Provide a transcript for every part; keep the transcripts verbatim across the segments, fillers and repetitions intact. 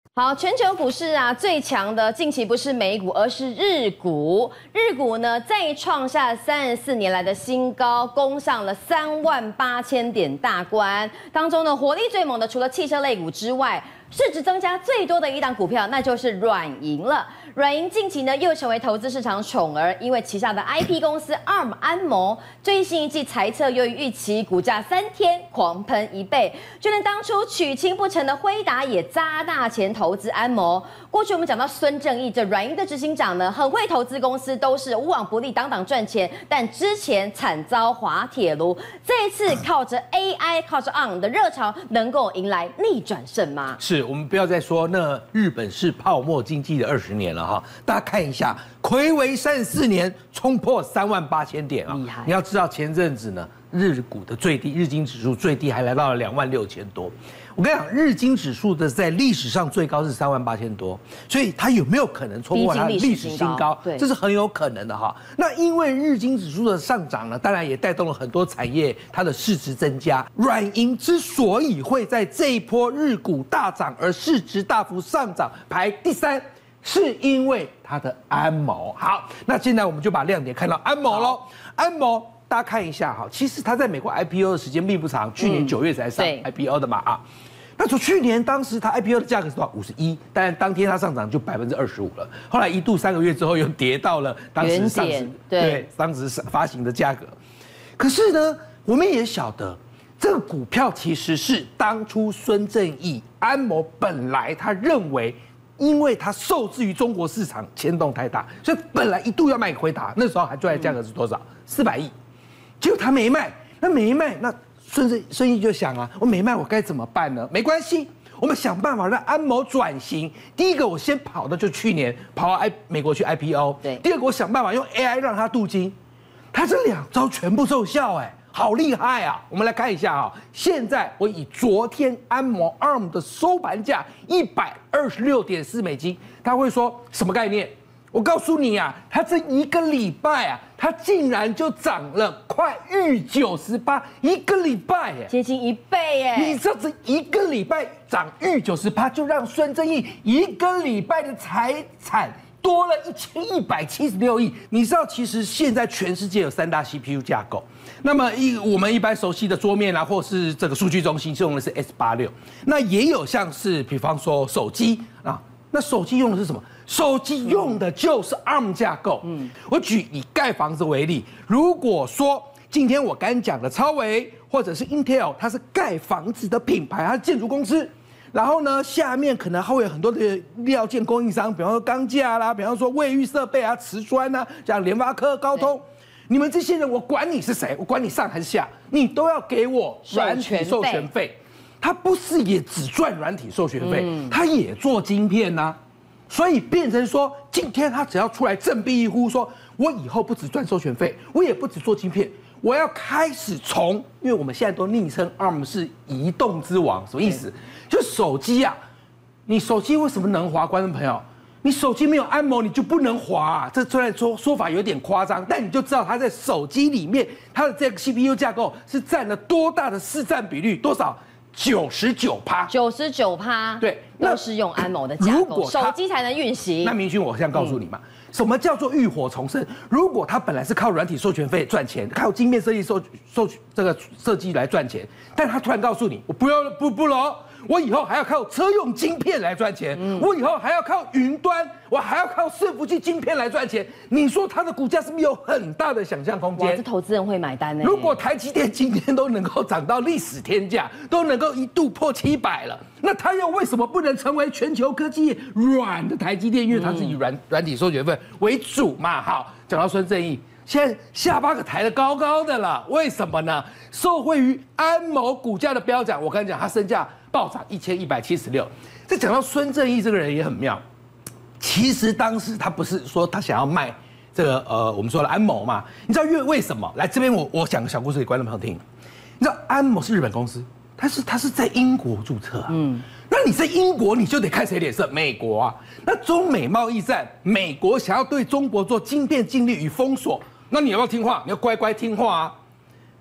好，全球股市啊，最强的近期不是美股，而是日股。日股呢，再创下三十四年来的新高，攻上了三万八千点大关。当中呢，火力最猛的，除了汽车类股之外，市值增加最多的一档股票，那就是软银了。软银近期呢又成为投资市场宠儿，因为旗下的 I P 公司 A R M 安谋最新一季财测优于预期，股价三天狂喷一倍。就连当初娶亲不成的辉达也砸大钱投资安谋。过去我们讲到孙正义这软银的执行长呢，很会投资公司，都是无往不利，档档赚钱。但之前惨遭滑铁卢，这一次靠着 A I 靠着 A R M 的热潮，能够迎来逆转胜吗？ 是我们不要再说那日本是泡沫经济的二十年了哈，大家看一下，睽违三十四年冲破三万八千点啊！ 厉害！ 你要知道前阵子呢，日股的最低，日经指数最低还来到了两万六千多。我跟你讲，日经指数的在历史上最高是三万八千多，所以它有没有可能冲破它的历史新高？ 对， 这是很有可能的哈。那因为日经指数的上涨呢，当然也带动了很多产业它的市值增加。软银之所以会在这一波日股大涨而市值大幅上涨，排第三。是因为它的安谋。好，那现在我们就把亮点看到安谋喽。安谋，大家看一下哈，其实它在美国 I P O 的时间并不长，去年九月才上 I P O 的嘛啊。那从去年当时它 I P O 的价格是多少？五十一，但当天它上涨就百分之二十五了。后来一度三个月之后又跌到了当时上市对当时发行的价格。可是呢，我们也晓得。这个股票其实是当初孙正义安谋本来他认为。因为它受制于中国市场牵动太大，所以本来一度要卖给辉达，那时候还最的价格是多少？四百亿，结果他没卖，那没卖，那孙正孙毅就想啊，我没卖，我该怎么办呢？没关系，我们想办法让安谋转型。第一个，我先跑的就去年跑到 I 美国去 I P O， 对。第二个，我想办法用 A I 让它镀金，它这两招全部奏效，哎。好厉害啊！我们来看一下啊，现在我以昨天安谋 A R M 的收盘价一百二十六点四美金，他会说什么概念？我告诉你啊，它这一个礼拜啊，它竟然就涨了快逾九十八，一个礼拜哎， 接近一倍哎！ 你这这一个礼拜涨逾九十八，就让孙正义一个礼拜的财产。多了一千一百七十六亿，你知道，其实现在全世界有三大 C P U 架构，那么一我们一般熟悉的桌面啊，或是这个数据中心用的是 S 八六，那也有像是比方说手机啊，那手机用的是什么？手机用的就是 A R M 架构。嗯，我举以盖房子为例，如果说今天我刚讲的超微或者是 Intel， 它是盖房子的品牌，它是建筑公司。然后呢，下面可能还会有很多的料件供应商，比方说钢架啦，比方说卫浴设备啊、瓷砖啊，像联发科、高通，你们这些人，我管你是谁，我管你上还是下，你都要给我软体授权费。他不是也只赚软体授权费，嗯、他也做晶片呐、啊，所以变成说，今天他只要出来振臂一呼，说我以后不只赚授权费，我也不只做晶片。我要开始从，因为我们现在都昵称 A R M 是移动之王，什么意思？就手机啊，你手机为什么能滑？观众朋友，你手机没有安谋，你就不能滑、啊。这虽然说说法有点夸张，但你就知道它在手机里面，它的这个 C P U 架构是占了多大的市占比率？多少？九十九趴。 九十九趴。对，都是用安谋的架构，手机才能运行。 那明勋，我现在告诉你嘛。嗯什么叫做浴火重生？如果他本来是靠软体授权费赚钱，靠晶片设计授授这个设计来赚钱，但他突然告诉你，我不要不不了，我以后还要靠车用晶片来赚钱，嗯、我以后还要靠云端，我还要靠伺服器晶片来赚钱。你说它的股价是不是有很大的想象空间？ 哇，这投资人会买单呢。 如果台积电今天都能够涨到历史天价，都能够一度破七百了，那它又为什么不能成为全球科技软的台积电？因为它是以软软体授权费为主嘛。好，讲到孙正义，现在下巴可抬得高高的了，为什么呢？受惠于安谋股价的飙涨，我跟你讲，它身价暴涨一千一百七十六。这讲到孙正义这个人也很妙，其实当时他不是说他想要卖这个呃我们说的安谋嘛？你知道为为什么？来这边我我讲个小故事给观众朋友听。你知道安谋是日本公司，它是它是在英国注册啊。嗯。那你在英国，你就得看谁脸色，美国啊。那中美贸易战，美国想要对中国做晶片禁令与封锁，那你要不要听话？你要乖乖听话啊。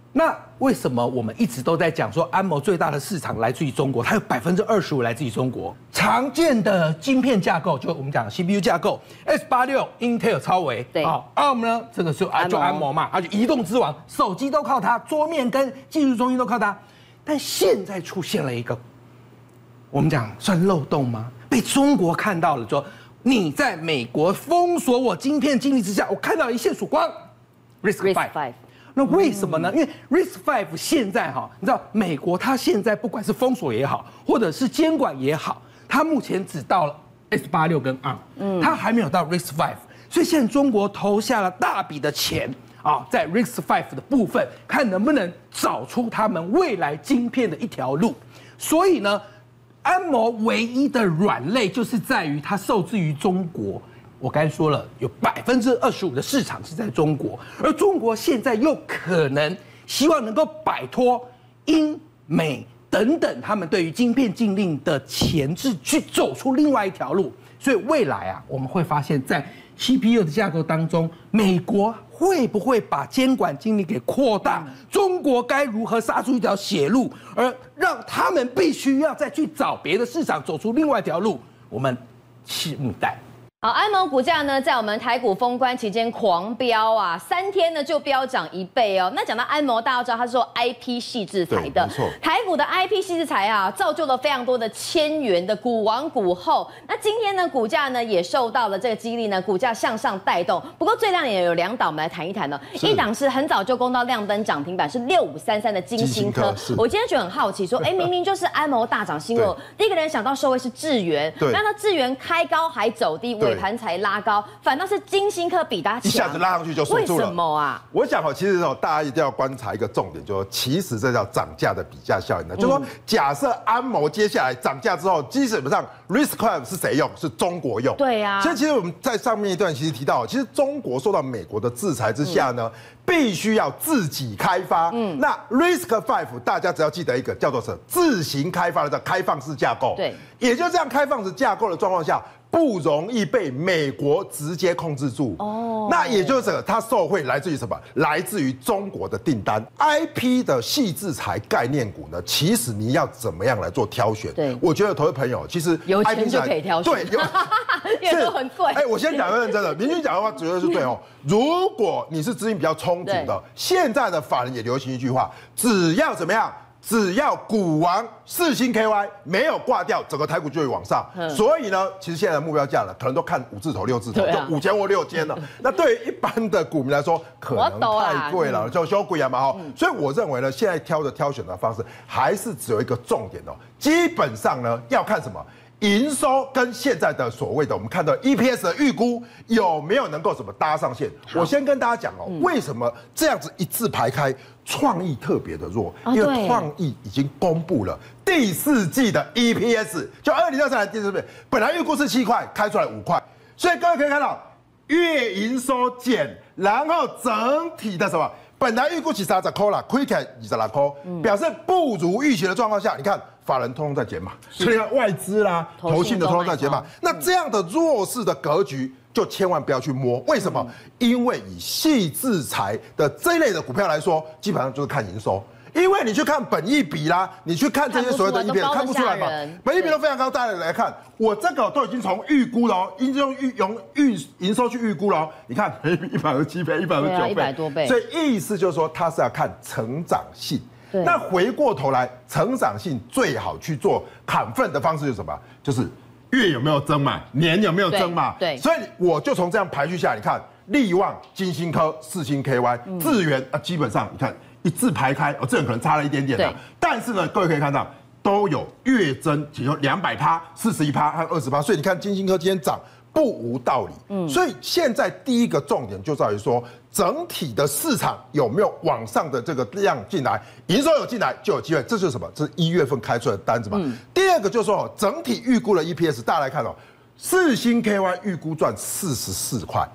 那为什么我们一直都在讲说安谋最大的市场来自于中国？它有百分之二十五来自于中国。常见的晶片架构，就我们讲 C P U 架构 ，S 八六 Intel 超微， 对， 好 A R M 呢，这个是啊就安谋嘛，它就移动之王，手机都靠它，桌面跟技术中心都靠它。但现在出现了一个，我们讲算漏洞吗？被中国看到了，说你在美国封锁我晶片经历之下，我看到一线曙光 ，Risk Five。那为什么呢？因为 Risk Five 现在哈，你知道美国它现在不管是封锁也好，或者是监管也好，它目前只到了 S 八六跟 A R M， 嗯，它还没有到 Risk Five， 所以现在中国投下了大笔的钱啊，在 Risk Five 的部分，看能不能找出他们未来晶片的一条路。所以呢，安谋唯一的软肋就是在于它受制于中国。我刚才说了，有百分之二十五的市场是在中国，而中国现在又可能希望能够摆脱英美等等他们对于晶片禁令的钳制，去走出另外一条路。所以未来啊，我们会发现，在 C P U 的架构当中，美国会不会把监管禁令给扩大？中国该如何杀出一条血路，而让他们必须要再去找别的市场，走出另外一条路？我们拭目以待。 好，安谋股价呢，在我们台股封关期间狂飙啊，三天呢就飙涨一倍哦。那讲到安谋，大家知道它是做 I P 矽智财的， 没错。 台股的 I P 矽智财啊，造就了非常多的千元的股王股后。那今天呢，股价呢也受到了这个激励呢，股价向上带动。不过最亮眼有两档，我们来谈一谈呢。一档是很早就攻到亮灯涨停板，是六五三三的金星科。我今天觉得很好奇，说，哎，明明就是安谋大涨新闻，第一个人想到受惠是智原，那它智原开高还走低。尾盘才拉高，反倒是金星科比它强， 一下子拉上去就锁住了。 为什么啊？ 我想哦，其实哦，大家一定要观察一个重点，就是说，其实这叫涨价的比价效应呢。嗯、就是说，假设安谋接下来涨价之后，基本上 Risk Five 是谁用？是中国用。 对呀、啊。 所以其实我们在上面一段其实提到，其实中国受到美国的制裁之下呢，嗯、必须要自己开发。嗯。那 Risk Five 大家只要记得一个叫做什么？自行开发的叫开放式架构。 对。 也就这样，开放式架构的状况下。不容易被美国直接控制住哦，那也就是它受惠来自于什么？来自于中国的订单。I P 的矽智财概念股呢，其实你要怎么样来做挑选？ 对， 我觉得投资朋友其实有钱就可以挑选， 对，有因为都很贵。 哎，我先讲个认真的，明君讲的话绝对是对哦。如果你是资金比较充足的，现在的法人也流行一句话：只要怎么样？只要股王世芯 K Y 没有挂掉，整个台股就会往上。嗯、所以呢，其实现在的目标价呢，可能都看五字头、六字头，啊、就五千或六千了。那对于一般的股民来说，可能太贵了，就修贵啊嘛哈。嗯、所以我认为呢，现在挑的挑选的方式还是只有一个重点哦，基本上呢要看什么？营收跟现在的所谓的我们看到 E P S 的预估有没有能够什么搭上线？我先跟大家讲哦，嗯、为什么这样子一字排开，创意特别的弱？哦、因为创意已经公布了第四季的 E P S， 就二零二三年第四季，本来预估是七块，开出来五块，所以各位可以看到月营收减，然后整体的什么？本来预估起三十块啦，亏起来二十六块，表示不如预期的状况下，你看法人通通在减码，所以外资啦、投信的通通在减码。那这样的弱势的格局，就千万不要去摸。为什么？嗯、因为以矽智财的这一类的股票来说，基本上就是看营收。因为你去看本益比啦，你去看这些所谓的 E P S， 看不出来嘛？本益比都非常高，大家来看，我这个都已经从预估了哦，已经用预用预营收去预估了哦。你看，本益比一百二十七倍，一百二十九倍， 一百多倍。 所以意思就是说，它是要看成长性。那回过头来，成长性最好去做砍分的方式是什么？就是月有没有增嘛，年有没有增嘛？ 对。 所以我就从这样排序下来，你看，力旺、金星科、世芯 K Y、智原啊，基本上你看。一字排开，哦，这人可能差了一点点的，但是呢，各位可以看到都有月增，其中两百趴、四十一趴和二十趴，所以你看金星科今天涨不无道理。嗯，所以现在第一个重点就在于说，整体的市场有没有往上的这个量进来，营收有进来就有机会，这就是什么？这是一月份开出来的单子嘛。嗯、第二个就是说，整体预估的 E P S， 大家来看哦，世芯 K Y 预估赚四十四块。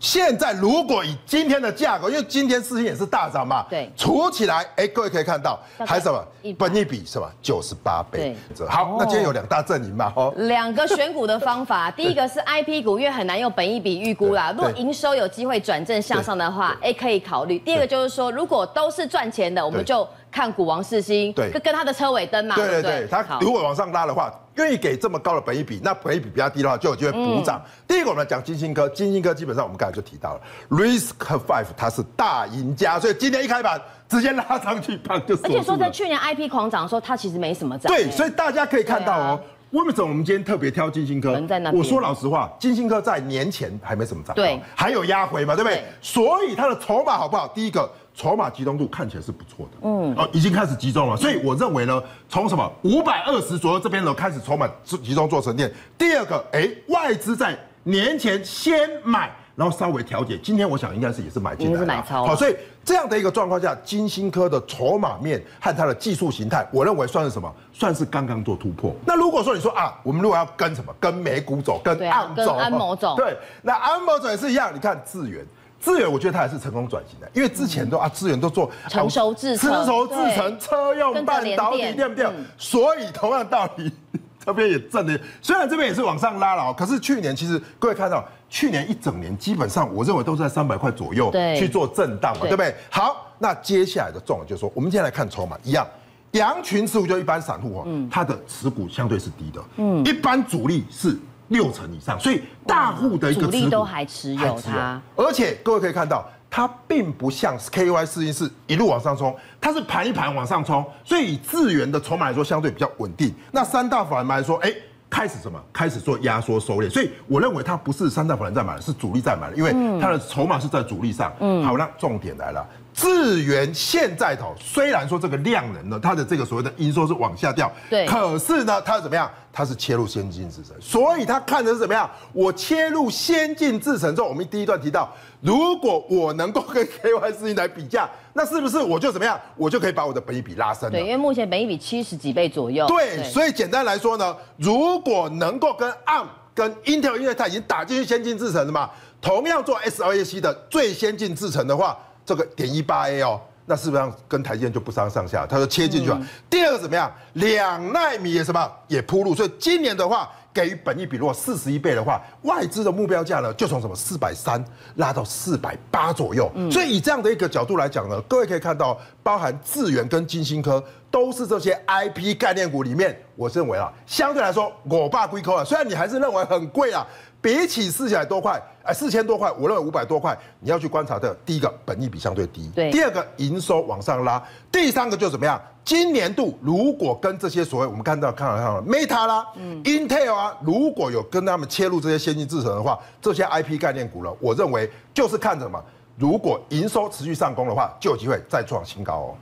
现在如果以今天的价格，因为今天世芯也是大涨嘛， 对， 除起来，哎，各位可以看到，还什么本益比什么九十八倍。好，那今天有两大阵营嘛，哦， 两个选股的方法，第一个是 I P 股，因为很难用本益比预估啦。如果营收有机会转正向上的话，哎，可以考虑。第二个就是说，如果都是赚钱的，我们就看股王世芯，对，跟它的车尾灯嘛， 对对对，它如果往上拉的话。愿意给这么高的本益比，那本益比比较低的话，就有机会补涨。嗯、第一个，我们来讲金星科，金星科基本上我们刚才就提到了 ，Risk Five 它是大赢家，所以今天一开盘直接拉上去，砰就。 而且说在去年 I P 狂涨的时候，它其实没什么涨。 对，所以大家可以看到哦，为什么我们今天特别挑金星科？我说老实话，金星科在年前还没什么涨，对，还有压回嘛，对不对？所以它的筹码好不好？第一个。筹码集中度看起来是不错的，嗯，哦，已经开始集中了，所以我认为呢，从什么五百二十左右这边呢开始筹码集中做沉淀。第二个，哎，外资在年前先买，然后稍微调节，今天我想应该是也是买进来， 也是买超， 好，所以这样的一个状况下，金星科的筹码面和它的技术形态，我认为算是什么？算是刚刚做突破。那如果说你说啊，我们如果要跟什么？跟美股走，跟安走， 跟安谋走， 对，那安谋走也是一样，你看智原。智原我觉得它还是成功转型的，因为之前都啊智原都做成熟制程、 成熟制程、车用半导体，对不对？所以同样道理，这边也正的，虽然这边也是往上拉了，可是去年其实各位看到，去年一整年基本上我认为都是在三百块左右去做震荡嘛，对不对？好，那接下来的重点就是说，我们今天来看筹码一样。羊群持股就一般散户哦，它的持股相对是低的，嗯，一般主力是六成以上，所以大户的一个主力都还持有它， 而且各位可以看到，它并不像 K Y 世芯是一路往上冲，它是盘一盘往上冲，所以以智原的筹码来说相对比较稳定。那三大法人来说，哎，开始什么？开始做压缩收敛，所以我认为它不是三大法人在买的，是主力在买的，因为它的筹码是在主力上。嗯，好，那重点来了。智原现在头虽然说这个量能呢，它的这个所谓的营收是往下掉，对，可是呢，它怎么样？它是切入先进制程，所以它看的是怎么样？我切入先进制程之后，我们第一段提到，如果我能够跟 K Y 世芯来比价，那是不是我就怎么样？我就可以把我的本益比拉升了？ 对，因为目前本益比七十几倍左右。 对，对所以简单来说呢，如果能够跟 A R M 跟 Intel， 因为它已经打进去先进制程了嘛，同样做 S L A C 的最先进制程的话。这个点一八 A 哦，那是不是跟台积电就不相上下？它就切进去了。嗯、第二个怎么样？两奈米也什么也铺路，所以今年的话，给予本益比如果四十一倍的话，外资的目标价呢就从什么四百三拉到四百八左右。嗯、所以以这样的一个角度来讲呢，各位可以看到，包含智原跟金星科都是这些 I P 概念股里面，我认为啊，相对来说我爸归扣啊，虽然你还是认为很贵啊。比起四千多块，哎，四千多块，我认为五百多块，你要去观察的，第一个本益比相对低，对；第二个营收往上拉，第三个就怎么样？今年度如果跟这些所谓我们看到看到看到 Meta 啦、嗯、Intel 啊，如果有跟他们切入这些先进制程的话，这些 I P 概念股呢，我认为就是看着嘛，如果营收持续上攻的话，就有机会再创新高哦。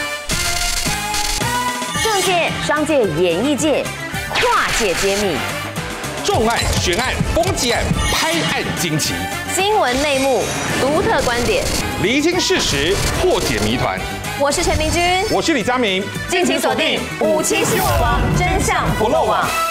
政界、商界、演艺界，跨界揭秘。 重案、悬案、攻击案、拍案惊奇， 新闻内幕、独特观点， 厘清事实，破解谜团。 我是陈明君， 我是李嘉明， 敬请锁定五七新闻网，真相不漏网。